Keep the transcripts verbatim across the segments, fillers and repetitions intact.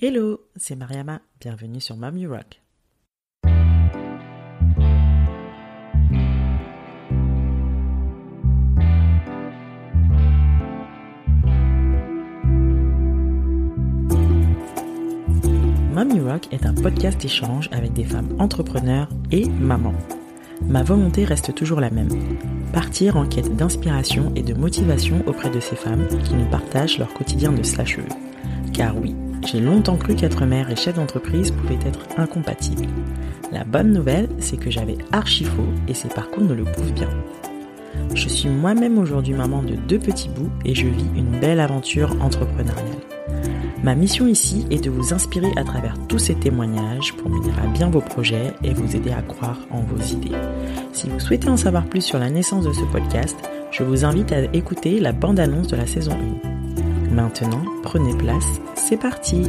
Hello, c'est Mariama, bienvenue sur Mom You Rock. Mom You Rock est un podcast d'échange avec des femmes entrepreneurs et mamans. Ma volonté reste toujours la même, partir en quête d'inspiration et de motivation auprès de ces femmes qui nous partagent leur quotidien de slasheuse. Car oui, j'ai longtemps cru qu'être mère et chef d'entreprise pouvaient être incompatibles. La bonne nouvelle, c'est que j'avais archi faux et ces parcours ne le prouvent bien. Je suis moi-même aujourd'hui maman de deux petits bouts et je vis une belle aventure entrepreneuriale. Ma mission ici est de vous inspirer à travers tous ces témoignages pour mener à bien vos projets et vous aider à croire en vos idées. Si vous souhaitez en savoir plus sur la naissance de ce podcast, je vous invite à écouter la bande-annonce de la saison un. Maintenant, prenez place, c'est parti!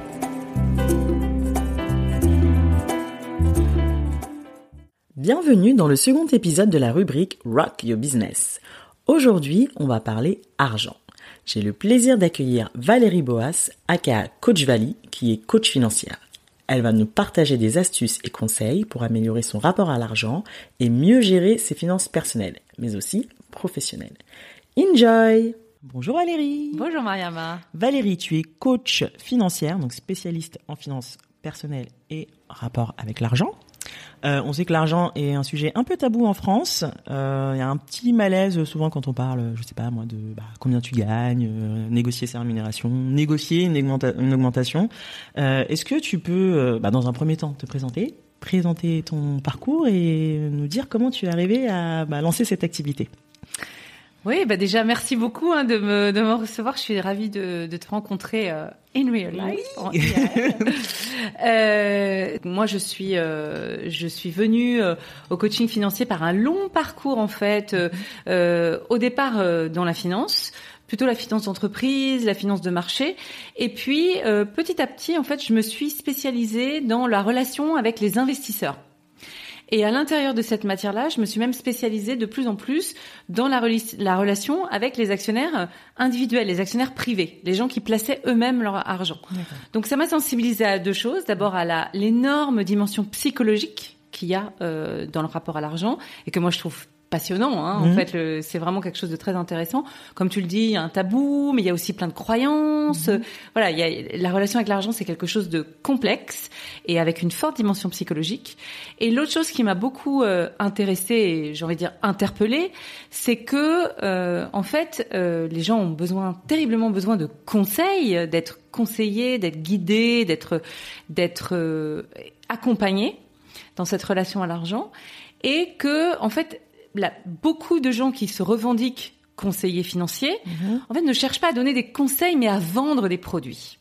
Bienvenue dans le second épisode de la rubrique Rock Your Business. Aujourd'hui, on va parler argent. J'ai le plaisir d'accueillir Valérie Boas, aka Coach Vali, qui est coach financière. Elle va nous partager des astuces et conseils pour améliorer son rapport à l'argent et mieux gérer ses finances personnelles, mais aussi professionnelles. Enjoy! Bonjour Valérie. Bonjour Mariama. Valérie, tu es coach financière, donc spécialiste en finances personnelles et rapport avec l'argent. Euh, on sait que l'argent est un sujet un peu tabou en France. Euh, il y a un petit malaise souvent quand on parle, je sais pas moi, de bah, combien tu gagnes, euh, négocier sa rémunération, négocier une, augmenta- une augmentation. Euh, est-ce que tu peux, euh, bah, dans un premier temps, te présenter, présenter ton parcours et nous dire comment tu es arrivé à bah, lancer cette activité ? Oui, bah déjà merci beaucoup hein, de me de me recevoir. Je suis ravie de, de te rencontrer euh, in real life. Oui. euh, moi, je suis euh, je suis venue euh, au coaching financier par un long parcours en fait. Euh, euh, au départ euh, dans la finance, plutôt la finance d'entreprise, la finance de marché, et puis euh, petit à petit en fait, je me suis spécialisée dans la relation avec les investisseurs. Et à l'intérieur de cette matière-là, je me suis même spécialisée de plus en plus dans la, rela- la relation avec les actionnaires individuels, les actionnaires privés, les gens qui plaçaient eux-mêmes leur argent. D'accord. Donc ça m'a sensibilisée à deux choses. D'abord à la, l'énorme dimension psychologique qu'il y a euh, dans le rapport à l'argent et que moi je trouve passionnant, hein. Mmh. En fait, le, c'est vraiment quelque chose de très intéressant. Comme tu le dis, il y a un tabou, mais il y a aussi plein de croyances. Mmh. Voilà, il y a, la relation avec l'argent, c'est quelque chose de complexe et avec une forte dimension psychologique. Et l'autre chose qui m'a beaucoup euh, intéressée et j'ai envie de dire interpellée, c'est que euh, en fait, euh, les gens ont besoin, terriblement besoin de conseils, d'être conseillés, d'être guidés, d'être d'être euh, accompagnés dans cette relation à l'argent, et que en fait Là, beaucoup de gens qui se revendiquent conseillers financiers, mmh. en fait, ne cherchent pas à donner des conseils, mais à vendre des produits.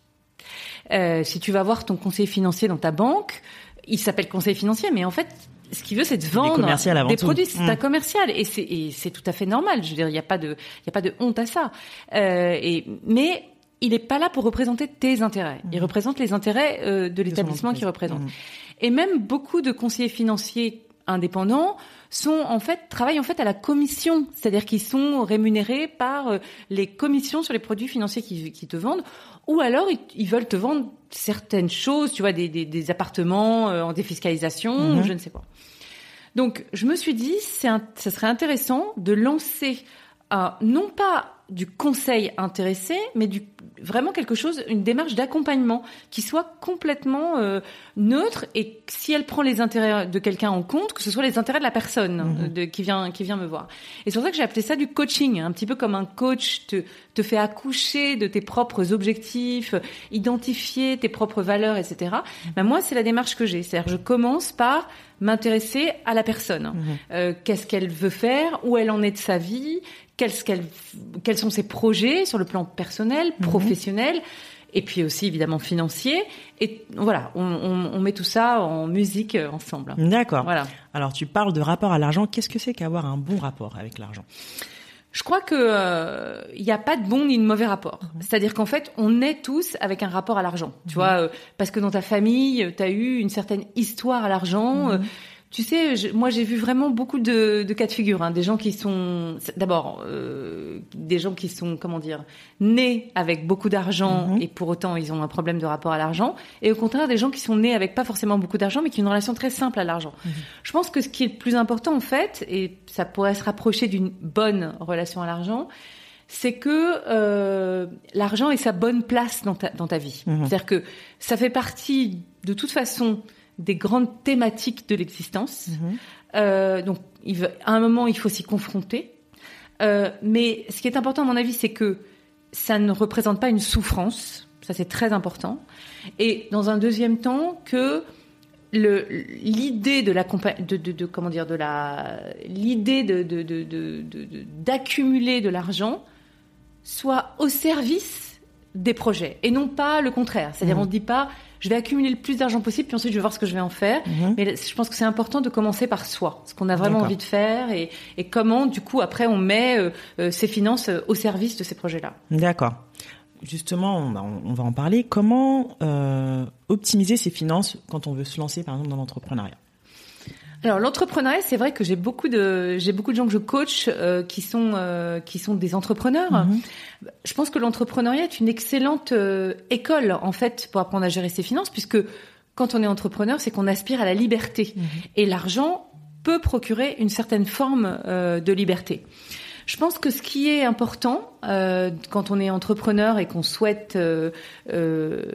Euh, si tu vas voir ton conseiller financier dans ta banque, il s'appelle conseiller financier, mais en fait, ce qu'il veut, c'est de vendre des, des produits. C'est mmh. un commercial, et c'est, et c'est tout à fait normal. Je veux dire, il n'y a pas de, il y a pas de honte à ça. Euh, et mais il n'est pas là pour représenter tes intérêts. Mmh. Il représente les intérêts euh, de l'établissement qu'il représente. Mmh. Et même beaucoup de conseillers financiers indépendants sont en fait travaillent en fait à la commission, c'est-à-dire qu'ils sont rémunérés par euh, les commissions sur les produits financiers qu'ils, qu'ils te vendent, ou alors ils, ils veulent te vendre certaines choses, tu vois, des, des, des appartements euh, en défiscalisation, mmh. je ne sais quoi. Donc je me suis dit, c'est un, ça serait intéressant de lancer euh, non pas du conseil intéressé, mais du vraiment quelque chose, une démarche d'accompagnement qui soit complètement euh, neutre, et si elle prend les intérêts de quelqu'un en compte, que ce soit les intérêts de la personne mmh. de, qui vient qui vient me voir. Et c'est pour ça que j'ai appelé ça du coaching, un petit peu comme un coach te te fait accoucher de tes propres objectifs, identifier tes propres valeurs, et cetera. Mmh. Ben moi, c'est la démarche que j'ai, c'est-à-dire je commence par m'intéresser à la personne, mmh. euh, qu'est-ce qu'elle veut faire, où elle en est de sa vie, quels, quels, quels sont ses projets sur le plan personnel, mmh. professionnel, et puis aussi évidemment financier. Et voilà, on, on, on met tout ça en musique ensemble. D'accord. Voilà. Alors tu parles de rapport à l'argent. Qu'est-ce que c'est qu'avoir un bon rapport avec l'argent ? Je crois que euh, y a pas de bon ni de mauvais rapport. Mmh. C'est-à-dire qu'en fait, on est tous avec un rapport à l'argent. Mmh. Tu vois, euh, parce que dans ta famille, tu as eu une certaine histoire à l'argent. Mmh. Euh, Tu sais, je, moi j'ai vu vraiment beaucoup de, de cas de figure, hein, des gens qui sont, d'abord, euh, des gens qui sont, comment dire, nés avec beaucoup d'argent mmh. et pour autant ils ont un problème de rapport à l'argent, et au contraire des gens qui sont nés avec pas forcément beaucoup d'argent mais qui ont une relation très simple à l'argent. Mmh. Je pense que ce qui est le plus important en fait, et ça pourrait se rapprocher d'une bonne relation à l'argent, c'est que euh, l'argent ait sa bonne place dans ta, dans ta vie. Mmh. C'est-à-dire que ça fait partie de toute façon des grandes thématiques de l'existence. Mmh. Euh, donc, il veut, à un moment, il faut s'y confronter. Euh, mais ce qui est important, à mon avis, c'est que ça ne représente pas une souffrance. Ça, c'est très important. Et dans un deuxième temps, que le, l'idée de la de, de, de comment dire de la l'idée de, de, de, de, de, de d'accumuler de l'argent soit au service des projets et non pas le contraire. C'est-à-dire, mmh. on ne dit pas je vais accumuler le plus d'argent possible, puis ensuite je vais voir ce que je vais en faire. Mmh. Mais je pense que c'est important de commencer par soi, ce qu'on a vraiment D'accord. envie de faire et, et comment, du coup, après, on met euh, euh, ses finances au service de ces projets-là. D'accord. Justement, on va, on va en parler. Comment euh, optimiser ses finances quand on veut se lancer, par exemple, dans l'entrepreneuriat ? Alors l'entrepreneuriat, c'est vrai que j'ai beaucoup de j'ai beaucoup de gens que je coach euh, qui sont euh, qui sont des entrepreneurs. Mmh. Je pense que l'entrepreneuriat est une excellente euh, école en fait pour apprendre à gérer ses finances, puisque quand on est entrepreneur, c'est qu'on aspire à la liberté mmh. et l'argent peut procurer une certaine forme euh, de liberté. Je pense que ce qui est important euh, quand on est entrepreneur et qu'on souhaite euh, euh,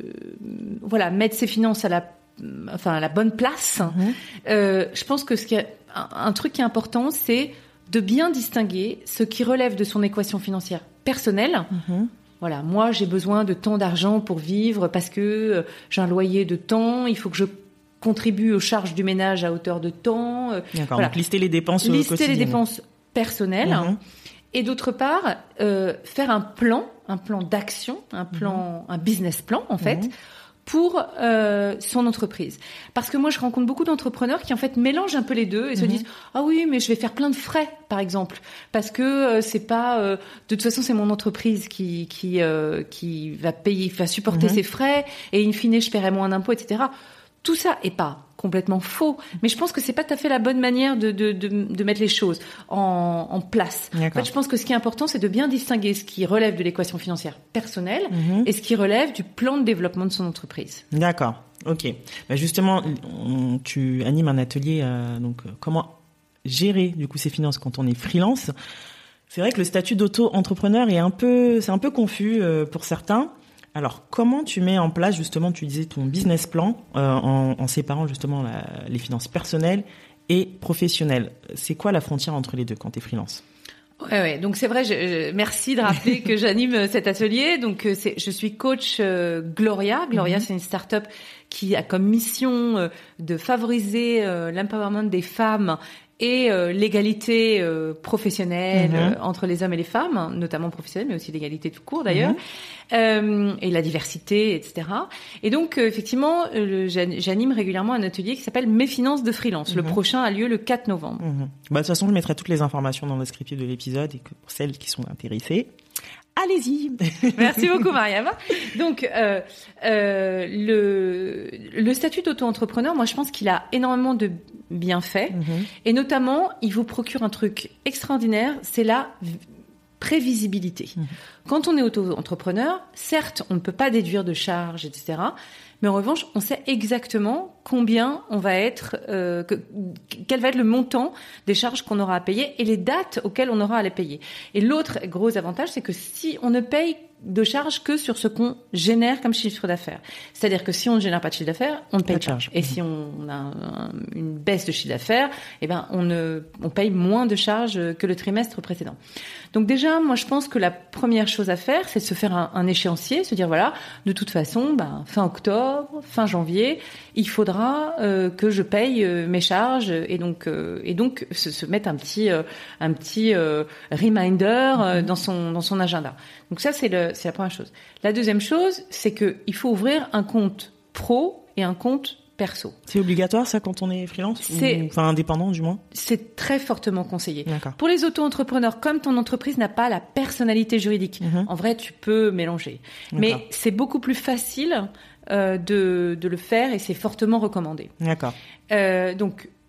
voilà mettre ses finances à la enfin à la bonne place, mmh. euh, je pense que ce qui est un, un truc qui est important, c'est de bien distinguer ce qui relève de son équation financière personnelle. Mmh. Voilà, moi j'ai besoin de tant d'argent pour vivre parce que euh, j'ai un loyer de temps, il faut que je contribue aux charges du ménage à hauteur de temps. Euh, D'accord. Voilà. Donc lister les dépenses lister les dépenses personnelles. Mmh. Et d'autre part, euh, faire un plan, un plan d'action, un plan, mmh. un business plan en fait. Mmh. pour euh, son entreprise. Parce que moi, je rencontre beaucoup d'entrepreneurs qui, en fait, mélangent un peu les deux et mmh. se disent « Ah oui, mais je vais faire plein de frais, par exemple, parce que euh, c'est pas... Euh, de toute façon, c'est mon entreprise qui qui euh, qui va payer, va supporter mmh. ses frais et in fine, je paierai moins d'impôts, et cetera » Tout ça est pas complètement faux, mais je pense que c'est pas tout à fait la bonne manière de de de, de mettre les choses en, en place. D'accord. En fait, je pense que ce qui est important, c'est de bien distinguer ce qui relève de l'équation financière personnelle mmh. et ce qui relève du plan de développement de son entreprise. D'accord. Ok. Bah justement, on, tu animes un atelier, euh, donc comment gérer du coup ses finances quand on est freelance. C'est vrai que le statut d'auto-entrepreneur est un peu, c'est un peu confus euh, pour certains. Alors, comment tu mets en place, justement, tu disais ton business plan euh, en, en séparant justement la, les finances personnelles et professionnelles. C'est quoi la frontière entre les deux quand tu es freelance ? Ouais, ouais. Donc c'est vrai. Je, je, merci de rappeler que j'anime cet atelier. Donc c'est, je suis coach euh, Gloria. Gloria, mm-hmm. c'est une start-up qui a comme mission euh, de favoriser euh, l'empowerment des femmes et euh, l'égalité euh, professionnelle mmh. euh, entre les hommes et les femmes, notamment professionnelle, mais aussi l'égalité tout court d'ailleurs, mmh. euh, et la diversité, et cetera. Et donc, euh, effectivement, le, j'anime régulièrement un atelier qui s'appelle Mes finances de freelance. Mmh. Le prochain a lieu le quatre novembre. Mmh. Bah, de toute façon, je mettrai toutes les informations dans le descriptif de l'épisode et que pour celles qui sont intéressées, allez-y. Merci beaucoup, Mariam. Donc, euh, euh, le, le statut d'auto-entrepreneur, moi, je pense qu'il a énormément de bienfaits. Mm-hmm. Et notamment, il vous procure un truc extraordinaire, c'est la prévisibilité. Mm-hmm. Quand on est auto-entrepreneur, certes, on ne peut pas déduire de charges, et cetera. Mais en revanche, on sait exactement combien on va être, euh, que, quel va être le montant des charges qu'on aura à payer et les dates auxquelles on aura à les payer. Et l'autre gros avantage, c'est que si on ne paye de charges que sur ce qu'on génère comme chiffre d'affaires. C'est-à-dire que si on ne génère pas de chiffre d'affaires, on ne paye pas de charge. Et si on a un, une baisse de chiffre d'affaires, eh ben, on ne, on paye moins de charges que le trimestre précédent. Donc déjà, moi, je pense que la première chose à faire, c'est de se faire un, un échéancier, se dire voilà, de toute façon, ben, fin octobre, fin janvier, il faudra euh, que je paye euh, mes charges et donc euh, et donc se, se mettre un petit euh, un petit euh, reminder euh, dans son dans son agenda. Donc ça, c'est le c'est la première chose. La deuxième chose, c'est que il faut ouvrir un compte pro et un compte perso. C'est obligatoire ça quand on est freelance c'est, ou enfin indépendant du moins? C'est très fortement conseillé. D'accord. Pour les auto-entrepreneurs, comme ton entreprise n'a pas la personnalité juridique, mmh. en vrai, tu peux mélanger. D'accord. Mais c'est beaucoup plus facile euh, de, de le faire et c'est fortement recommandé. D'accord. Euh, donc,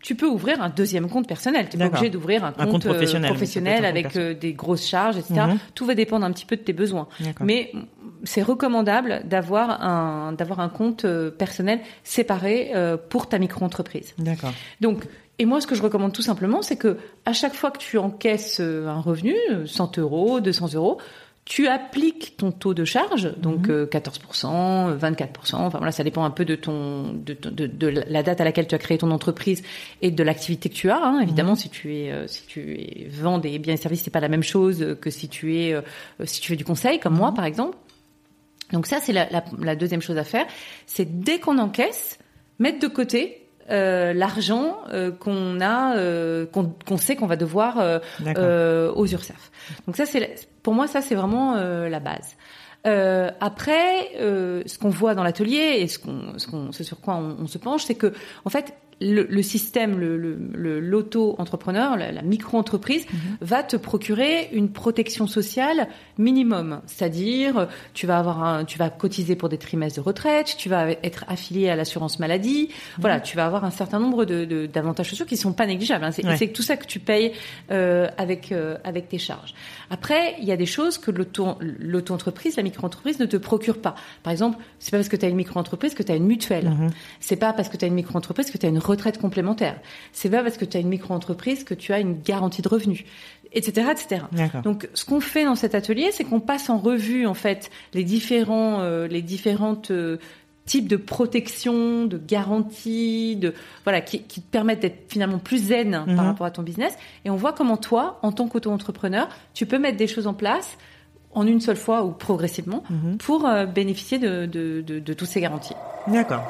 tu peux ouvrir un deuxième compte personnel. Tu n'es pas obligé d'ouvrir un compte, un compte professionnel, euh, professionnel avec euh, des grosses charges, et cetera. Mm-hmm. Tout va dépendre un petit peu de tes besoins. D'accord. Mais c'est recommandable d'avoir un d'avoir un compte euh, personnel séparé euh, pour ta micro-entreprise. D'accord. Donc, et moi, ce que je recommande tout simplement, c'est que à chaque fois que tu encaisses un revenu, cent euros, deux cents euros, tu appliques ton taux de charge, donc mmh. quatorze pour cent, vingt-quatre pour cent, enfin voilà, ça dépend un peu de ton, de, de, de la date à laquelle tu as créé ton entreprise et de l'activité que tu as. Hein. Évidemment, mmh. si tu es, euh, si tu es, vends des biens et services, c'est pas la même chose que si tu es, euh, si tu fais du conseil, comme mmh. moi, par exemple. Donc ça, c'est la, la, la deuxième chose à faire, c'est dès qu'on encaisse, mettre de côté Euh, l'argent euh, qu'on a, euh, qu'on, qu'on sait qu'on va devoir euh, euh, aux URSSAF. Donc ça, c'est pour moi, ça c'est vraiment euh, la base. Euh, après, euh, ce qu'on voit dans l'atelier et ce, qu'on, ce, qu'on, ce sur quoi on, on se penche, c'est que en fait, le, le système, le, le, le, l'auto-entrepreneur, la, la micro-entreprise, mmh. va te procurer une protection sociale minimum. C'est-à-dire, tu vas avoir un, tu vas cotiser pour des trimestres de retraite, tu vas être affilié à l'assurance maladie. Mmh. Voilà, tu vas avoir un certain nombre de, de, d'avantages sociaux qui sont pas négligeables. Hein. C'est, ouais. c'est tout ça que tu payes euh, avec euh, avec tes charges. Après, il y a des choses que l'auto, l'auto-entreprise, la micro-entreprise ne te procure pas. Par exemple, c'est pas parce que tu as une micro-entreprise que tu as une mutuelle. Mmh. C'est pas parce que tu as une micro-entreprise que tu as une retraite complémentaire. C'est pas parce que tu as une micro-entreprise que tu as une garantie de revenus, et cetera, et cetera. D'accord. Donc, ce qu'on fait dans cet atelier, c'est qu'on passe en revue en fait les différents, euh, les différentes euh, types de protection, de garantie, de voilà, qui, qui te permettent d'être finalement plus zen mm-hmm. par rapport à ton business. Et on voit comment toi, en tant qu'auto-entrepreneur, tu peux mettre des choses en place en une seule fois ou progressivement mm-hmm. pour euh, bénéficier de, de, de, de toutes ces garanties. D'accord.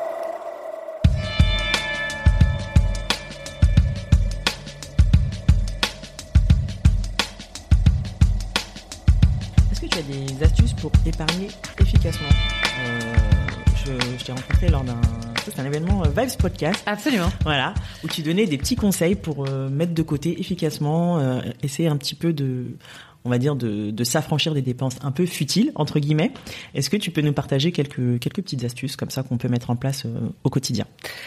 Est-ce que tu as des astuces pour épargner efficacement ? euh, je, je t'ai rencontré lors d'un, c'est un événement Vibes Podcast. Absolument. Voilà, où tu donnais des petits conseils pour euh, mettre de côté efficacement, euh, essayer un petit peu de, on va dire, de, de s'affranchir des dépenses un peu futiles, entre guillemets. Est-ce que tu peux nous partager quelques, quelques petites astuces comme ça qu'on peut mettre en place euh, au quotidien ?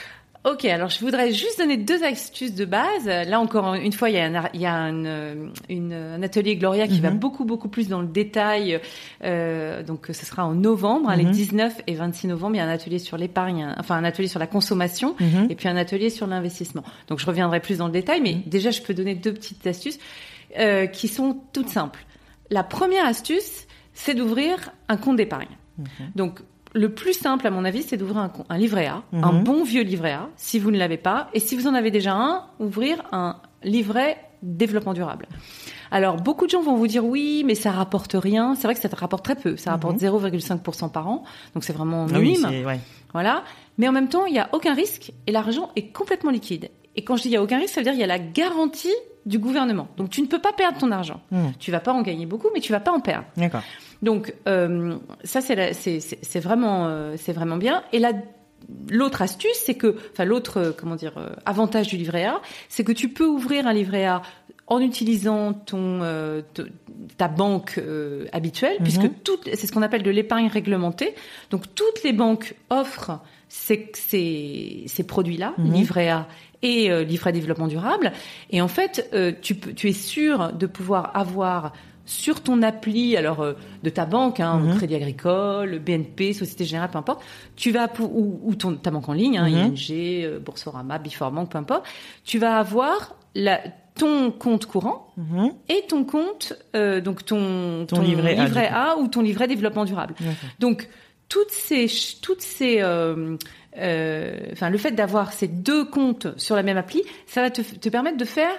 Ok, alors je voudrais juste donner deux astuces de base. Là encore une fois, il y a un, il y a un, une, un atelier Gloria qui mm-hmm. va beaucoup beaucoup plus dans le détail. Euh, donc ce sera en novembre, mm-hmm. hein, les dix-neuf et vingt-six novembre. Il y a un atelier sur l'épargne, enfin un atelier sur la consommation mm-hmm. et puis un atelier sur l'investissement. Donc je reviendrai plus dans le détail, mais mm-hmm. déjà je peux donner deux petites astuces euh, qui sont toutes simples. La première astuce, c'est d'ouvrir un compte d'épargne. Mm-hmm. Donc le plus simple, à mon avis, c'est d'ouvrir un, un livret A, mmh. un bon vieux livret A, si vous ne l'avez pas. Et si vous en avez déjà un, ouvrir un livret développement durable. Alors, beaucoup de gens vont vous dire oui, mais ça rapporte rien. C'est vrai que ça te rapporte très peu. Ça rapporte mmh. zéro virgule cinq pour cent par an. Donc, c'est vraiment minime. Oui, ouais. Voilà. Mais en même temps, il n'y a aucun risque et l'argent est complètement liquide. Et quand je dis il n'y a aucun risque, ça veut dire qu'il y a la garantie du gouvernement. Donc, tu ne peux pas perdre ton argent. Mmh. Tu vas pas en gagner beaucoup, mais tu vas pas en perdre. D'accord. Donc euh, ça c'est, la, c'est, c'est, c'est vraiment euh, c'est vraiment bien. Et la, l'autre astuce, c'est que, enfin l'autre euh, comment dire euh, avantage du livret A, c'est que tu peux ouvrir un livret A en utilisant ton euh, t- ta banque euh, habituelle, mm-hmm. puisque toutes, c'est ce qu'on appelle de l'épargne réglementée. Donc toutes les banques offrent ces ces, ces produits-là, mm-hmm. livret A et euh, livret développement durable. Et en fait, euh, tu peux, tu es sûr de pouvoir avoir sur ton appli, alors euh, de ta banque, hein, mm-hmm. Crédit Agricole, B N P, Société Générale, peu importe, tu vas pour, ou, ou ton, ta banque en ligne, hein, mm-hmm. I N G, euh, Boursorama, Before Bank, peu importe, tu vas avoir la, ton compte courant mm-hmm. et ton compte, euh, donc ton, ton, ton livret, livret A, A ou ton livret développement durable. Okay. Donc toutes ces, toutes ces, euh, euh, enfin le fait d'avoir ces deux comptes sur la même appli, ça va te, te permettre de faire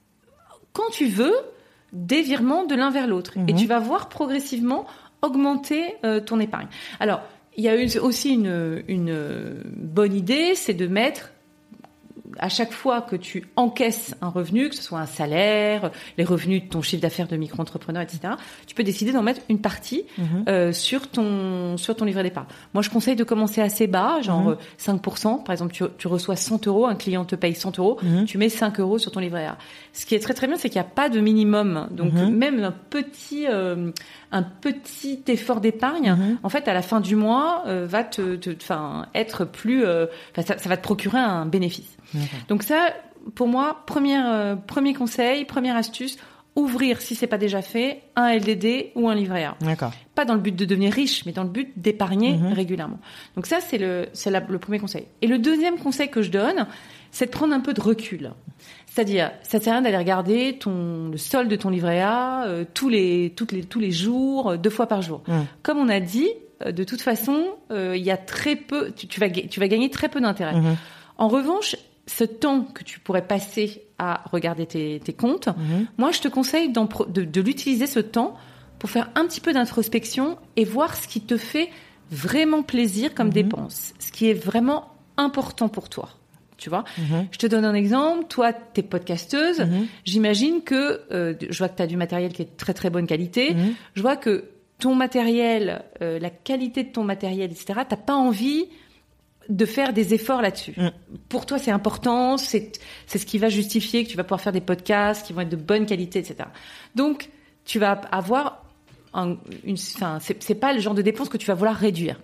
quand tu veux des virements de l'un vers l'autre. Mmh. Et tu vas voir progressivement augmenter euh, ton épargne. Alors, il y a eu aussi une, une bonne idée, c'est de mettre, à chaque fois que tu encaisses un revenu, que ce soit un salaire, les revenus de ton chiffre d'affaires de micro-entrepreneur, et cetera, tu peux décider d'en mettre une partie mmh. euh, sur ton sur ton livret d'épargne. Moi, je conseille de commencer assez bas, genre mmh. cinq pour cent. Par exemple, tu, tu reçois cent euros, un client te paye cent euros, mmh. tu mets cinq euros sur ton livret A. Ce qui est très très bien, c'est qu'il n'y a pas de minimum. Donc, mmh. même un petit euh, un petit effort d'épargne, mmh. en fait, à la fin du mois, euh, va te, te, enfin, être plus, euh, ça, ça va te procurer un bénéfice. Mmh. D'accord. Donc ça, pour moi, première, euh, premier conseil, première astuce, ouvrir, si c'est pas déjà fait, un L D D ou un livret A. D'accord. Pas dans le but de devenir riche, mais dans le but d'épargner Mm-hmm. régulièrement. Donc ça, c'est le, c'est la, le premier conseil. Et le deuxième conseil que je donne, c'est de prendre un peu de recul. C'est-à-dire, ça ne sert à rien d'aller regarder ton, le solde de ton livret A euh, tous les, toutes les, tous les jours, euh, deux fois par jour. Mm. Comme on a dit, euh, de toute façon, euh, il y a très peu, tu, tu, vas, tu vas gagner très peu d'intérêt. Mm-hmm. En revanche, ce temps que tu pourrais passer à regarder tes, tes comptes, Mm-hmm. moi, je te conseille d'en pro- de, de l'utiliser ce temps pour faire un petit peu d'introspection et voir ce qui te fait vraiment plaisir comme Mm-hmm. dépense, ce qui est vraiment important pour toi. Tu vois, Mm-hmm. je te donne un exemple. Toi, t'es podcasteuse. Mm-hmm. J'imagine que euh, je vois que tu as du matériel qui est de très très bonne qualité. Mm-hmm. Je vois que ton matériel, euh, la qualité de ton matériel, et cetera, t'as pas envie de faire des efforts là-dessus. Mm. Pour toi, c'est important. C'est c'est ce qui va justifier que tu vas pouvoir faire des podcasts qui vont être de bonne qualité, et cetera. Donc, tu vas avoir un, une. Enfin, c'est, c'est pas le genre de dépense que tu vas vouloir réduire.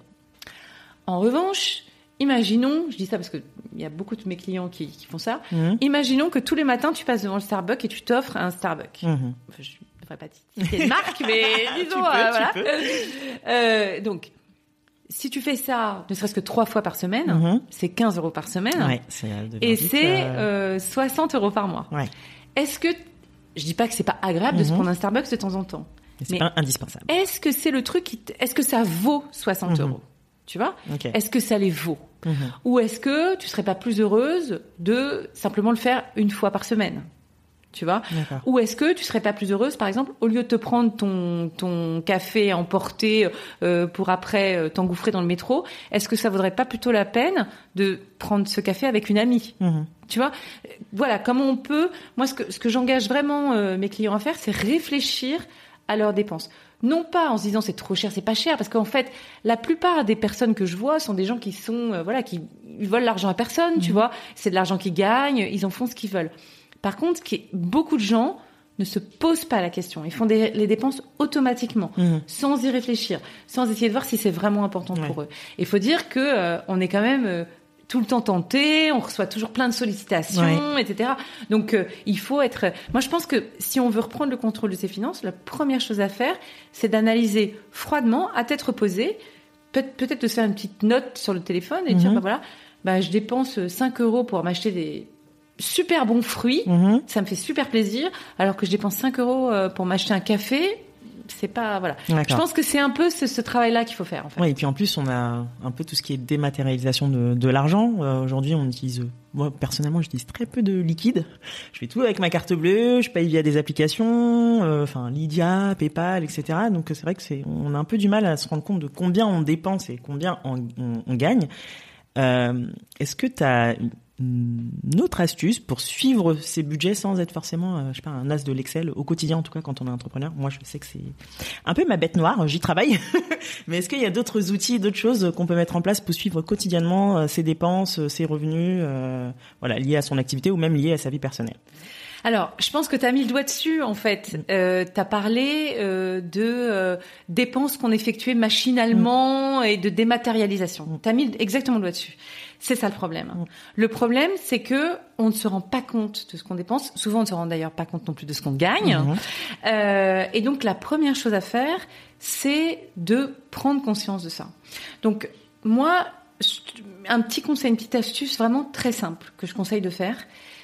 En revanche, imaginons, je dis ça parce que il y a beaucoup de mes clients qui, qui font ça. Mmh. Imaginons que tous les matins tu passes devant le Starbucks et tu t'offres un Starbucks. Mmh. Enfin, je ne devrais pas citer de marque, mais disons, tu peux, euh, tu voilà. peux. Euh, donc, si tu fais ça, ne serait-ce que trois fois par semaine, Mmh. c'est quinze euros par semaine. Ouais, c'est, euh, devient Et vite, c'est euh, euh, soixante euros par mois. Ouais. Est-ce que, je dis pas que c'est pas agréable de se Mmh. prendre un Starbucks de temps en temps, Mais c'est mais- pas indispensable. est-ce que c'est le truc qui, t- est-ce que ça vaut soixante Mmh. euros? Tu vois? Ok. Est-ce que ça les vaut? Mmh. Ou est-ce que tu serais pas plus heureuse de simplement le faire une fois par semaine? Tu vois? D'accord. Ou est-ce que tu serais pas plus heureuse, par exemple, au lieu de te prendre ton, ton café emporté euh, pour après euh, t'engouffrer dans le métro, est-ce que ça vaudrait pas plutôt la peine de prendre ce café avec une amie? Mmh. Tu vois? Voilà, comment on peut... Moi, ce que, ce que j'engage vraiment euh, mes clients à faire, c'est réfléchir à leurs dépenses. Non pas en se disant c'est trop cher, c'est pas cher, parce qu'en fait, la plupart des personnes que je vois sont des gens qui sont, euh, voilà, qui ils volent l'argent à personne, tu Mhm. vois. C'est de l'argent qu'ils gagnent, ils en font ce qu'ils veulent. Par contre, ce qui est, beaucoup de gens ne se posent pas la question. Ils font des, les dépenses automatiquement, Mmh. sans y réfléchir, sans essayer de voir si c'est vraiment important Ouais. pour eux. Il faut dire que euh, on est quand même euh, tout le temps tenté, on reçoit toujours plein de sollicitations, et cetera. Donc, euh, il faut être... Moi, je pense que si on veut reprendre le contrôle de ses finances, la première chose à faire, c'est d'analyser froidement, à tête reposée, peut- peut-être de se faire une petite note sur le téléphone et de dire, Mhm. bah voilà, bah, je dépense cinq euros pour m'acheter des super bons fruits, Mmh. ça me fait super plaisir, alors que je dépense cinq euros euh, pour m'acheter un café, c'est pas... Voilà. Je D'accord. pense que c'est un peu ce, ce travail-là qu'il faut faire, en fait. Ouais, et puis en plus, on a un peu tout ce qui est dématérialisation de, de l'argent. Euh, aujourd'hui, on utilise, euh, moi personnellement, j'utilise très peu de liquide. Je fais tout avec ma carte bleue, je paye via des applications, euh, enfin Lydia, PayPal, et cetera. Donc c'est vrai que c'est, on a un peu du mal à se rendre compte de combien on dépense et combien on, on, on gagne. Euh, est-ce que tu as une autre astuce pour suivre ses budgets sans être forcément, euh, je sais pas, un as de l'Excel au quotidien, en tout cas quand on est entrepreneur? Moi, je sais que c'est un peu ma bête noire, j'y travaille. Mais est-ce qu'il y a d'autres outils, d'autres choses qu'on peut mettre en place pour suivre quotidiennement euh, ses dépenses, euh, ses revenus, euh, voilà, liés à son activité ou même liés à sa vie personnelle? Alors, je pense que tu as mis le doigt dessus, en fait. Euh, tu as parlé euh, de euh, dépenses qu'on effectuait machinalement et de dématérialisation. Tu as mis exactement le doigt dessus. C'est ça le problème. Mm. Le problème, c'est que on ne se rend pas compte de ce qu'on dépense. Souvent, on ne se rend d'ailleurs pas compte non plus de ce qu'on gagne. Mhm. Euh, et donc, la première chose à faire, c'est de prendre conscience de ça. Donc, moi, un petit conseil, une petite astuce vraiment très simple que je conseille de faire,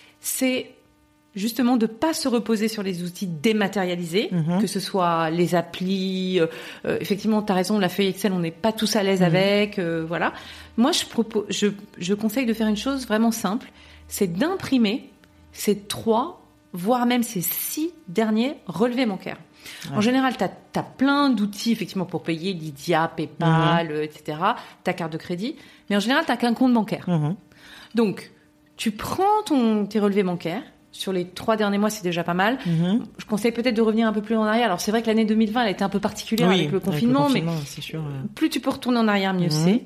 c'est justement de pas se reposer sur les outils dématérialisés, Mhm. que ce soit les applis. Euh, euh, effectivement, tu as raison, la feuille Excel, on n'est pas tous à l'aise Mhm. avec. Euh, voilà. Moi, je, propose, je, je conseille de faire une chose vraiment simple, c'est d'imprimer ces trois, voire même ces six derniers relevés bancaires. Ouais. En général, tu as plein d'outils effectivement pour payer, Lydia, PayPal, euh, et cetera, ta carte de crédit, mais en général, tu n'as qu'un compte bancaire. Mhm. Donc, tu prends ton, tes relevés bancaires. Sur les trois derniers mois, c'est déjà pas mal. Mhm. Je conseille peut-être de revenir un peu plus en arrière. Alors, c'est vrai que l'année deux mille vingt, elle était un peu particulière Oui, avec le confinement, mais c'est sûr. euh. plus tu peux retourner en arrière, mieux Mhm. c'est.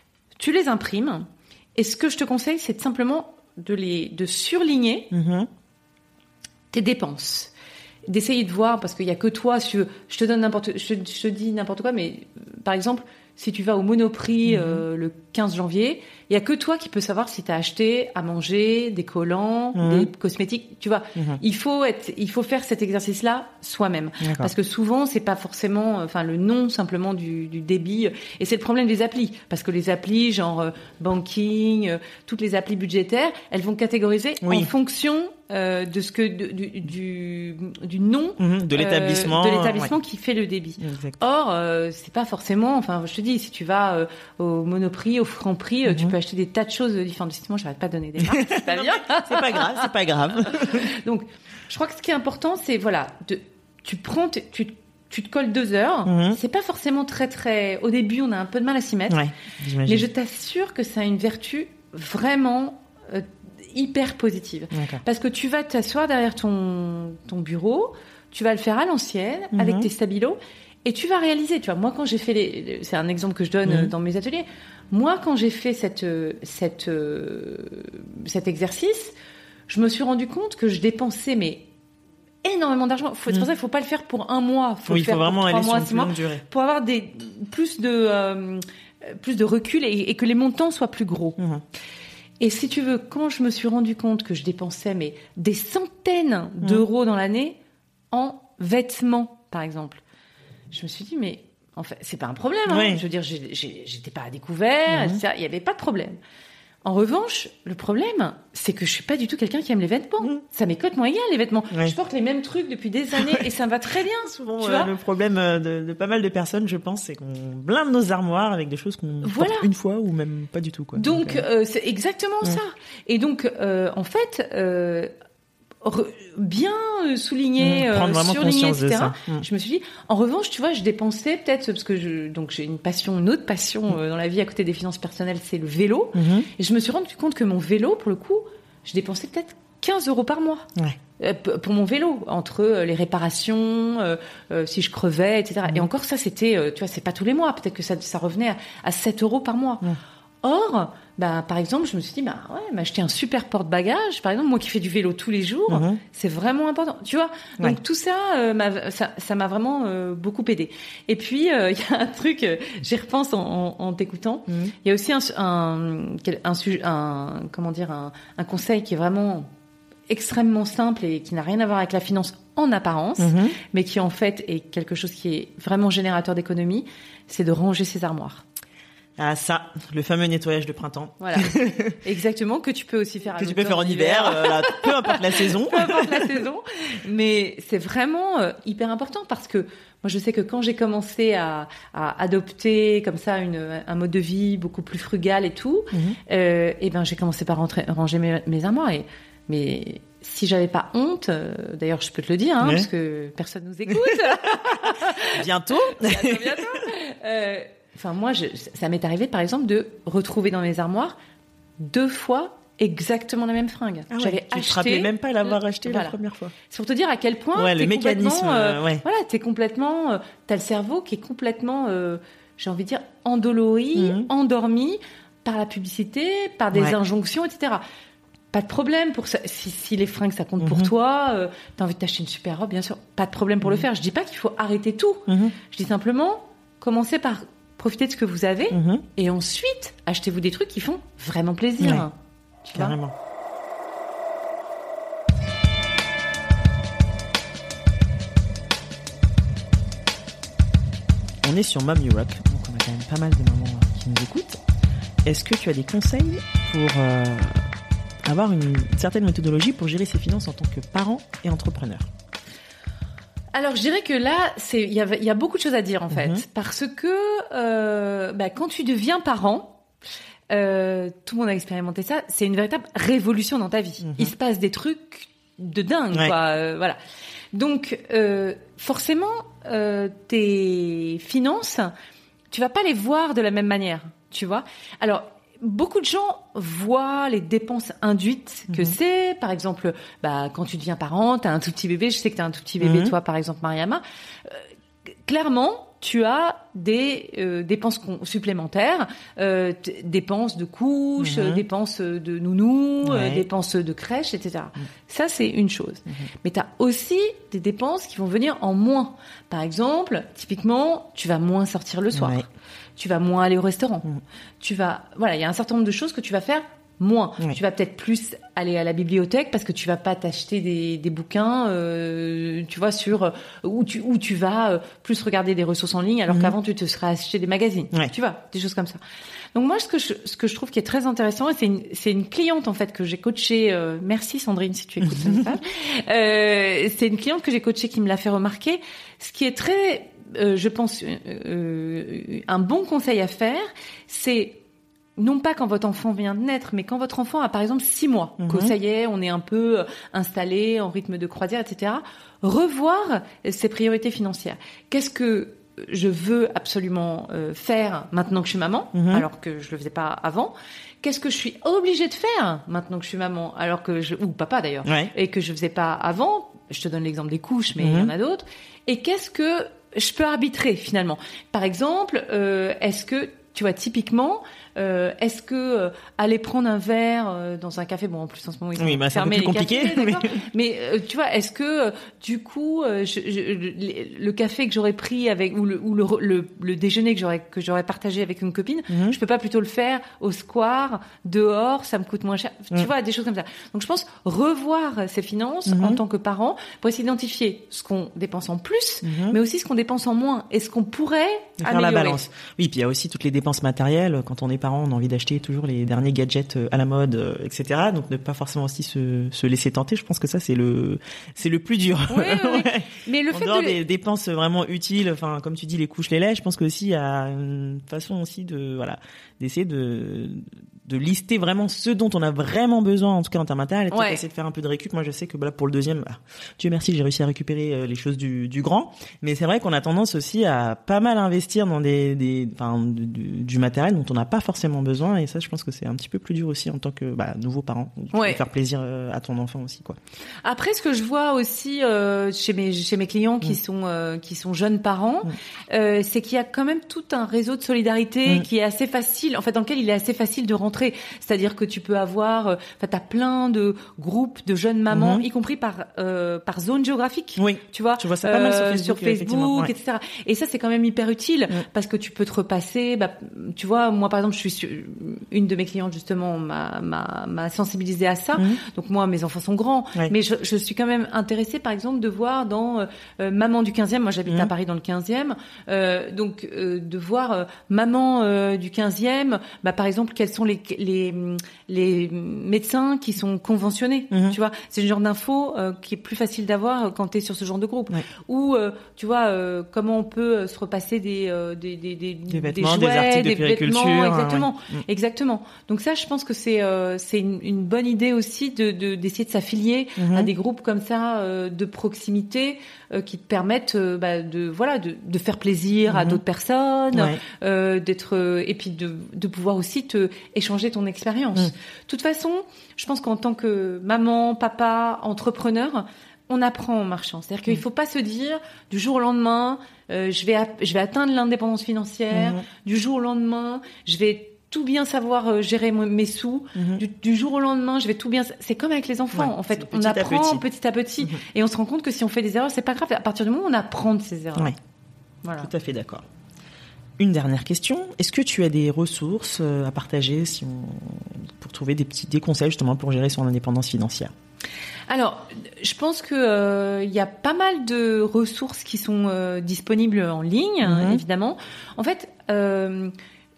Tu les imprimes. Et ce que je te conseille, c'est de simplement de les, de surligner Mhm. tes dépenses. D'essayer de voir, parce qu'il y a que toi, si tu veux, je te donne n'importe, je, te- je te dis n'importe quoi, mais, euh, par exemple, si tu vas au Monoprix Mmh. euh, le quinze janvier, il y a que toi qui peux savoir si tu as acheté à manger, des collants, Mmh. des cosmétiques. Tu vois, Mmh. il faut être, il faut faire cet exercice-là soi-même. D'accord. Parce que souvent, c'est pas forcément, enfin, le nom simplement du, du débit. Et c'est le problème des applis. Parce que les applis, genre euh, banking, euh, toutes les applis budgétaires, elles vont catégoriser Oui. en fonction euh, de ce que de- du, du, du nom Mmh. De l'établissement. euh, de l'établissement qui fait le débit. Ouais. Exact. Or, euh, c'est pas forcément. Enfin, je te dis, si tu vas euh, au Monoprix, au Franprix, euh, tu Mhm. peux acheter des tas de choses différentes. Décidément, j'arrête pas de donner des marques. C'est pas Non, bien. C'est pas grave, c'est pas grave. Donc, je crois que ce qui est important, c'est voilà, de, tu prends, t- tu, tu te colles deux heures. Mhm. C'est pas forcément très très. Au début, on a un peu de mal à s'y mettre, Ouais, j'imagine. mais je t'assure que ça a une vertu vraiment euh, hyper positive. D'accord. Parce que tu vas t'asseoir derrière ton, ton bureau, tu vas le faire à l'ancienne, Mhm. avec tes stabilos, et tu vas réaliser. Tu vois, moi, quand j'ai fait les, les- c'est un exemple que je donne Mhm. euh, dans mes ateliers. Moi, quand j'ai fait cette, euh, cette, euh, cet exercice, je me suis rendu compte que je dépensais, mais énormément d'argent. Faut, C'est pour ça qu'il faut pas le faire pour un mois. Faut Oui, le il faire faut vraiment pour trois aller sur mois, une six plus mois, longue durée. pour avoir des, plus de, euh, plus de recul et, et que les montants soient plus gros. Mhm. Et si tu veux, quand je me suis rendu compte que je dépensais mais des centaines d'euros dans l'année en vêtements, par exemple, je me suis dit, mais en fait, c'est pas un problème. Hein. Oui. Je veux dire, j'ai- j'ai- j'étais pas à découvert, Mhm. et cetera. Il y avait pas de problème. En revanche, le problème, c'est que je suis pas du tout quelqu'un qui aime les vêtements. Mhm. Ça m'est complètement égal, les vêtements. Ouais. Je porte les mêmes trucs depuis des années et ça me va très bien. Souvent, tu euh, vois le problème euh, de, de pas mal de personnes, je pense, c'est qu'on blinde nos armoires avec des choses qu'on Voilà. porte une fois ou même pas du tout, quoi. Donc, euh, euh, c'est exactement ça. Et donc, euh, en fait, euh, re- bien euh, souligner, Mmh, prendre euh, vraiment surligner, conscience de et cetera. ça. Mmh. Je me suis dit, en revanche, tu vois, je dépensais peut-être parce que je, donc j'ai une passion, une autre passion euh, dans la vie à côté des finances personnelles, c'est le vélo. mhm. Et je me suis rendu compte que mon vélo, pour le coup, je dépensais peut-être quinze euros par mois. Ouais. Euh, p- pour mon vélo, entre euh, les réparations, euh, euh, si je crevais, et cetera. Mmh. Et encore ça, c'était, euh, tu vois, c'est pas tous les mois. Peut-être que ça, ça revenait à, à sept euros par mois. Mmh. Or, bah, par exemple, je me suis dit, bah ouais, m'acheter un super porte-bagages, par exemple, moi qui fais du vélo tous les jours, Mhm. c'est vraiment important. Tu vois, donc Ouais. tout ça, euh, m'a- ça, ça m'a vraiment euh, beaucoup aidé. Et puis, euh, il y a un truc, euh, j'y repense en, en, en t'écoutant. Mhm. Il y a aussi un, un, quel- un, sujet- un, comment dire, un, un conseil qui est vraiment extrêmement simple et qui n'a rien à voir avec la finance en apparence, Mhm. mais qui en fait est quelque chose qui est vraiment générateur d'économie, c'est de ranger ses armoires. Ah, ça, le fameux nettoyage de printemps. Voilà, exactement, que tu peux aussi faire à Que tu peux l'automne, faire en hiver, euh, là, peu importe la saison. peu importe la saison, mais c'est vraiment euh, hyper important parce que moi je sais que quand j'ai commencé à, à adopter comme ça une, un mode de vie beaucoup plus frugal et tout, Mhm. euh, et ben j'ai commencé par rentrer, ranger mes, mes armoires et mais si j'avais pas honte, euh, d'ailleurs je peux te le dire, hein, Ouais. parce que personne nous écoute, Bientôt. bientôt, bientôt. Euh, Enfin moi, je, ça m'est arrivé par exemple de retrouver dans mes armoires deux fois exactement la même fringue. Ah ouais, J'avais tu acheté. te rappelais même pas l'avoir acheté Voilà. la première fois. C'est pour te dire à quel point Ouais, le t'es mécanisme, complètement, euh, euh, ouais. voilà, t'es complètement, euh, t'as le cerveau qui est complètement, euh, j'ai envie de dire, endolori, Mhm. endormi par la publicité, par des Ouais. injonctions, et cetera. Pas de problème pour ça. Si, si les fringues ça compte pour Mhm. toi, euh, t'as envie de t'acheter une super robe, bien sûr, pas de problème pour le faire. Je dis pas qu'il faut arrêter tout. Mhm. Je dis simplement, commencez par profiter de ce que vous avez Mhm. et ensuite achetez-vous des trucs qui font vraiment plaisir. Ouais. Tu vois. Carrément. On est sur Mom You Rock, donc on a quand même pas mal de mamans euh, qui nous écoutent. Est-ce que tu as des conseils pour euh, avoir une certaine méthodologie pour gérer ses finances en tant que parent et entrepreneur? Alors, je dirais que là, c'est il y a, il y a beaucoup de choses à dire en fait, Mhm. parce que euh, bah, quand tu deviens parent, euh, tout le monde a expérimenté ça, c'est une véritable révolution dans ta vie. Mhm. Il se passe des trucs de dingue, Ouais. quoi. euh, voilà. Donc, euh, forcément, euh, tes finances, tu vas pas les voir de la même manière, tu vois. Alors, beaucoup de gens voient les dépenses induites que Mhm. c'est. Par exemple, bah, quand tu deviens parent, t'as un tout petit bébé. Je sais que t'as un tout petit bébé, Mhm. toi, par exemple, Mariama. Euh, clairement, tu as des euh, dépenses supplémentaires, euh, t- dépenses de couches, mmh. dépenses de nounou, ouais. euh, dépenses de crèche, et cetera. Mmh. Ça, c'est une chose. Mmh. Mais tu as aussi des dépenses qui vont venir en moins. Par exemple, typiquement, tu vas moins sortir le soir. Ouais. Tu vas moins aller au restaurant. Mmh. Tu vas, voilà, il y a un certain nombre de choses que tu vas faire moins. Oui. Tu vas peut-être plus aller à la bibliothèque parce que tu vas pas t'acheter des, des bouquins, euh, tu vois, sur où tu où tu vas euh, plus regarder des ressources en ligne, alors mmh. qu'avant tu te serais acheté des magazines. Oui. Tu vois, des choses comme ça. Donc moi, ce que je ce que je trouve qui est très intéressant, et c'est une c'est une cliente en fait que j'ai coachée. Euh, merci Sandrine si tu écoutes ce message. Euh, c'est une cliente que j'ai coachée qui me l'a fait remarquer. Ce qui est très, euh, je pense, euh, un bon conseil à faire, c'est non pas quand votre enfant vient de naître, mais quand votre enfant a par exemple six mois, mmh. que ça y est, on est un peu installé en rythme de croisière, et cetera. Revoir ses priorités financières. Qu'est-ce que je veux absolument euh, faire maintenant que je suis maman, mmh. alors que je le faisais pas avant? Qu'est-ce que je suis obligée de faire maintenant que je suis maman, alors que je, ou papa d'ailleurs, ouais. et que je faisais pas avant? Je te donne l'exemple des couches, mais mmh. il y en a d'autres. Et qu'est-ce que je peux arbitrer finalement? Par exemple, euh, est-ce que tu vois, typiquement, euh, est-ce que euh, aller prendre un verre euh, dans un café, bon, en plus en ce moment ils sont oui, bah, fermés les compliqué, cafés, mais, mais euh, tu vois, est-ce que euh, du coup, euh, je, je, le café que j'aurais pris avec ou le ou le, le, le déjeuner que j'aurais que j'aurais partagé avec une copine, mm-hmm. je peux pas plutôt le faire au square, dehors, ça me coûte moins cher, mm. tu vois, des choses comme ça. Donc je pense revoir ses finances mm-hmm. en tant que parent pour essayer d'identifier ce qu'on dépense en plus, mm-hmm. mais aussi ce qu'on dépense en moins et ce qu'on pourrait faire améliorer. La balance. Oui, puis il y a aussi toutes les dépenses matérielles. Quand on est parent, on a envie d'acheter toujours les derniers gadgets à la mode, et cetera. Donc ne pas forcément aussi se, se laisser tenter. Je pense que ça c'est le c'est le plus dur. Oui, oui, oui. ouais. Mais le en fait dehors de... des dépenses vraiment utiles, enfin comme tu dis les couches, les laits, je pense que aussi il y a une façon aussi de voilà d'essayer de de lister vraiment ce dont on a vraiment besoin, en tout cas en termes matériels, et ouais. essayer de faire un peu de récup. Moi, je sais que bah, là, pour le deuxième, bah, Dieu merci, j'ai réussi à récupérer euh, les choses du, du grand. Mais c'est vrai qu'on a tendance aussi à pas mal investir dans des, des, enfin, du, du matériel dont on n'a pas forcément besoin. Et ça, je pense que c'est un petit peu plus dur aussi en tant que bah, nouveau parent. Ouais. Faire plaisir euh, à ton enfant aussi, quoi. Après, ce que je vois aussi euh, chez mes chez mes clients qui mmh. sont euh, qui sont jeunes parents, mmh. euh, c'est qu'il y a quand même tout un réseau de solidarité mmh. qui est assez facile, en fait, dans lequel il est assez facile de rentrer. C'est-à-dire que tu peux avoir, enfin, euh, t'as plein de groupes de jeunes mamans, mmh. y compris par euh, par zone géographique. Oui. Tu vois, tu vois ça pas mal sur Facebook, sur Facebook ouais. et cetera. Et ça, c'est quand même hyper utile mmh. parce que tu peux te repasser. Bah, tu vois, moi, par exemple, je suis sur, une de mes clientes justement m'a m'a, m'a sensibilisée à ça. Mmh. Donc moi, mes enfants sont grands, ouais. mais je, je suis quand même intéressée, par exemple, de voir dans euh, Maman du quinzième. Moi, j'habite mmh. à Paris dans le quinzième, euh, donc euh, de voir euh, Maman euh, du quinzième. Bah, par exemple, quels sont les les les médecins qui sont conventionnés, mmh. tu vois, c'est le genre d'info euh, qui est plus facile d'avoir quand tu es sur ce genre de groupe. Ouais. Ou euh, tu vois euh, comment on peut se repasser des euh, des des des, des vêtements, des, jouets, des articles des de périculture, vêtements, exactement, ouais. exactement. Donc ça, je pense que c'est euh, c'est une, une bonne idée aussi de de d'essayer de s'affilier mmh. à des groupes comme ça euh, de proximité euh, qui te permettent euh, bah, de voilà de de faire plaisir mmh. à d'autres personnes, ouais. euh, d'être euh, et puis de de pouvoir aussi te échanger ton expérience. De mmh. toute façon, je pense qu'en tant que maman, papa, entrepreneur, on apprend en marchant. C'est-à-dire qu'il mmh. faut pas se dire du jour au lendemain, euh, je vais a- je vais atteindre l'indépendance financière. Mmh. Du jour au lendemain, je vais tout bien savoir euh, gérer mes sous. Mmh. Du, du jour au lendemain, je vais tout bien. C'est comme avec les enfants. Ouais, en fait, on apprend à petit à petit, mmh. et on se rend compte que si on fait des erreurs, c'est pas grave. À partir du moment où on apprend de ces erreurs. Ouais. Voilà. Tout à fait d'accord. Une dernière question. Est-ce que tu as des ressources à partager si on, pour trouver des petits des conseils justement pour gérer son indépendance financière? Alors, je pense que euh, il y a pas mal de ressources qui sont euh, disponibles en ligne, mm-hmm. hein, évidemment. En fait, euh,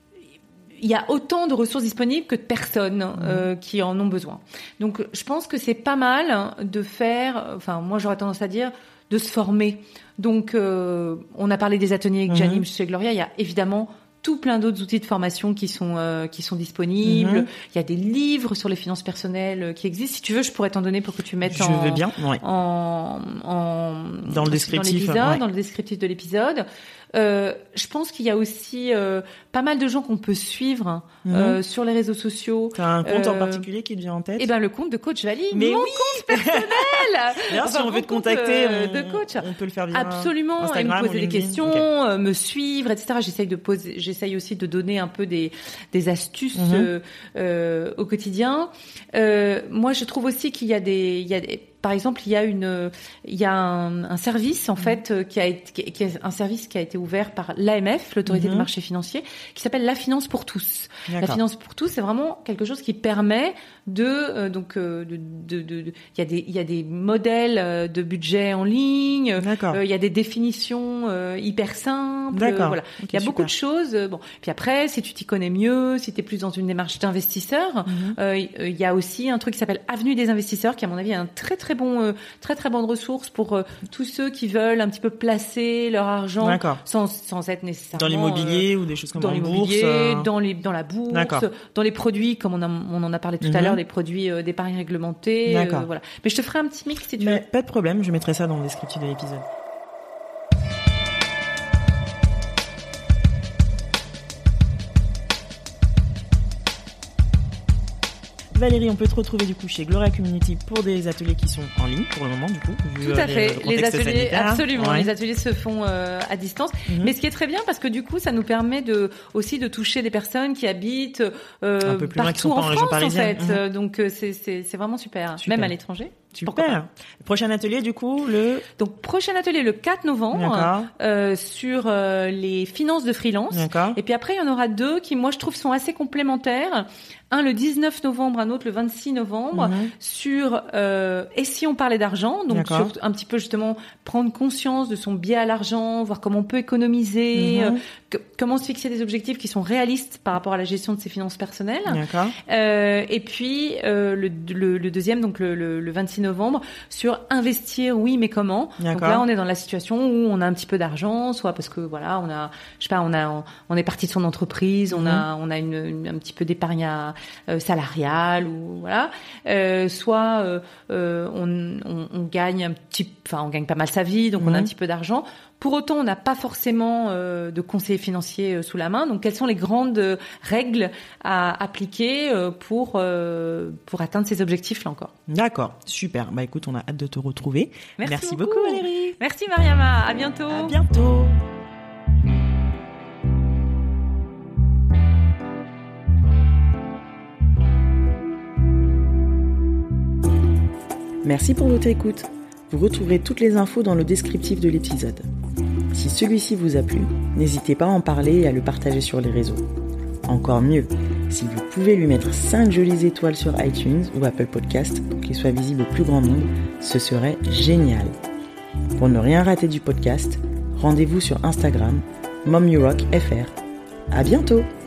il y a autant de ressources disponibles que de personnes mmh. euh, qui en ont besoin. Donc, je pense que c'est pas mal de faire. Enfin, moi, j'aurais tendance à dire de se former. Donc, euh, on a parlé des ateliers que mmh. j'anime chez Gloria. Il y a évidemment tout plein d'autres outils de formation qui sont euh, qui sont disponibles. Mmh. Il y a des livres sur les finances personnelles qui existent. Si tu veux, je pourrais t'en donner pour que tu mettes je en, veux bien, ouais. en, en dans le descriptif, dans, ouais. dans le descriptif de l'épisode. Euh, je pense qu'il y a aussi euh, pas mal de gens qu'on peut suivre mmh. euh, sur les réseaux sociaux. T'as un compte euh, en particulier qui te vient en tête? Eh ben le compte de Coach Vali, mais mon oui compte personnel. D'ailleurs, enfin, si on veut te contacter, euh, on, de coach. on peut le faire via Absolument, Instagram, et me poser des LinkedIn. questions, Okay. euh, me suivre, et cetera. J'essaye de poser, j'essaye aussi de donner un peu des des astuces mmh. euh, euh, au quotidien. Euh, moi, je trouve aussi qu'il y a des, il y a des Par exemple, il y a une, il y a un, un service en fait mmh. qui a été, qui est un service qui a été ouvert par l'A M F, l'autorité mmh. des marchés financiers, qui s'appelle La Finance pour tous. D'accord. La Finance pour tous, c'est vraiment quelque chose qui permet de, euh, donc, euh, de, de, de, de, il y a des, il y a des modèles de budget en ligne. D'accord. Euh, il y a des définitions euh, hyper simples. D'accord. Voilà. Okay, il y a super. beaucoup de choses. Bon. Puis après, si tu t'y connais mieux, si tu es plus dans une démarche d'investisseur, mmh. euh, il y a aussi un truc qui s'appelle Avenue des investisseurs, qui à mon avis est un très très très bon, euh, très très bonne ressource pour euh, tous ceux qui veulent un petit peu placer leur argent sans, sans être nécessairement dans l'immobilier euh, ou des choses comme dans en l'immobilier, bourse, euh... dans les dans la bourse, D'accord. dans les produits comme on, a, on en a parlé tout mm-hmm. à l'heure, les produits euh, d'épargne réglementée. D'accord. Euh, voilà. Mais je te ferai un petit mix si tu Mais veux. Pas de problème, je mettrai ça dans le descriptif de l'épisode. Valérie, on peut te retrouver du coup chez Gloria Community pour des ateliers qui sont en ligne pour le moment du coup. Tout à fait. Les, les ateliers, sanitaire. absolument. Ouais. Les ateliers se font euh, à distance, mm-hmm. mais ce qui est très bien parce que du coup, ça nous permet de aussi de toucher des personnes qui habitent euh, un peu plus loin, qui sont partout pas en, en France région parisienne. en fait. Mm-hmm. Donc c'est c'est c'est vraiment super. super. Même à l'étranger. Super. Prochain atelier du coup le. Donc prochain atelier le quatre novembre euh, sur euh, les finances de freelance. D'accord. Et puis après il y en aura deux qui moi je trouve sont assez complémentaires. Un le dix-neuf novembre, un autre le vingt-six novembre mmh. sur euh, et si on parlait d'argent, donc sur un petit peu justement prendre conscience de son biais à l'argent, voir comment on peut économiser, mmh. euh, que, comment se fixer des objectifs qui sont réalistes par rapport à la gestion de ses finances personnelles. D'accord. Euh, et puis euh, le, le, le deuxième, donc le, le, le vingt-six novembre, sur investir, oui, mais comment. D'accord. Donc là, on est dans la situation où on a un petit peu d'argent, soit parce que voilà, on a, je sais pas, on a, on est parti de son entreprise, mmh. on a, on a une, une, un petit peu d'épargne à Euh, salariale ou voilà, euh, soit euh, euh, on, on, on gagne un petit, enfin on gagne pas mal sa vie, donc mmh. on a un petit peu d'argent. Pour autant, on n'a pas forcément euh, de conseiller financier euh, sous la main. Donc, quelles sont les grandes euh, règles à appliquer euh, pour euh, pour atteindre ces objectifs là encore? D'accord, super. Bah écoute, on a hâte de te retrouver. Merci, Merci beaucoup. beaucoup Valérie. Merci Mariama. À bientôt. À bientôt. Merci pour votre écoute. Vous retrouverez toutes les infos dans le descriptif de l'épisode. Si celui-ci vous a plu, n'hésitez pas à en parler et à le partager sur les réseaux. Encore mieux, si vous pouvez lui mettre cinq jolies étoiles sur iTunes ou Apple Podcast pour qu'il soit visible au plus grand nombre, ce serait génial. Pour ne rien rater du podcast, rendez-vous sur Instagram, MomYouRockFR. À bientôt!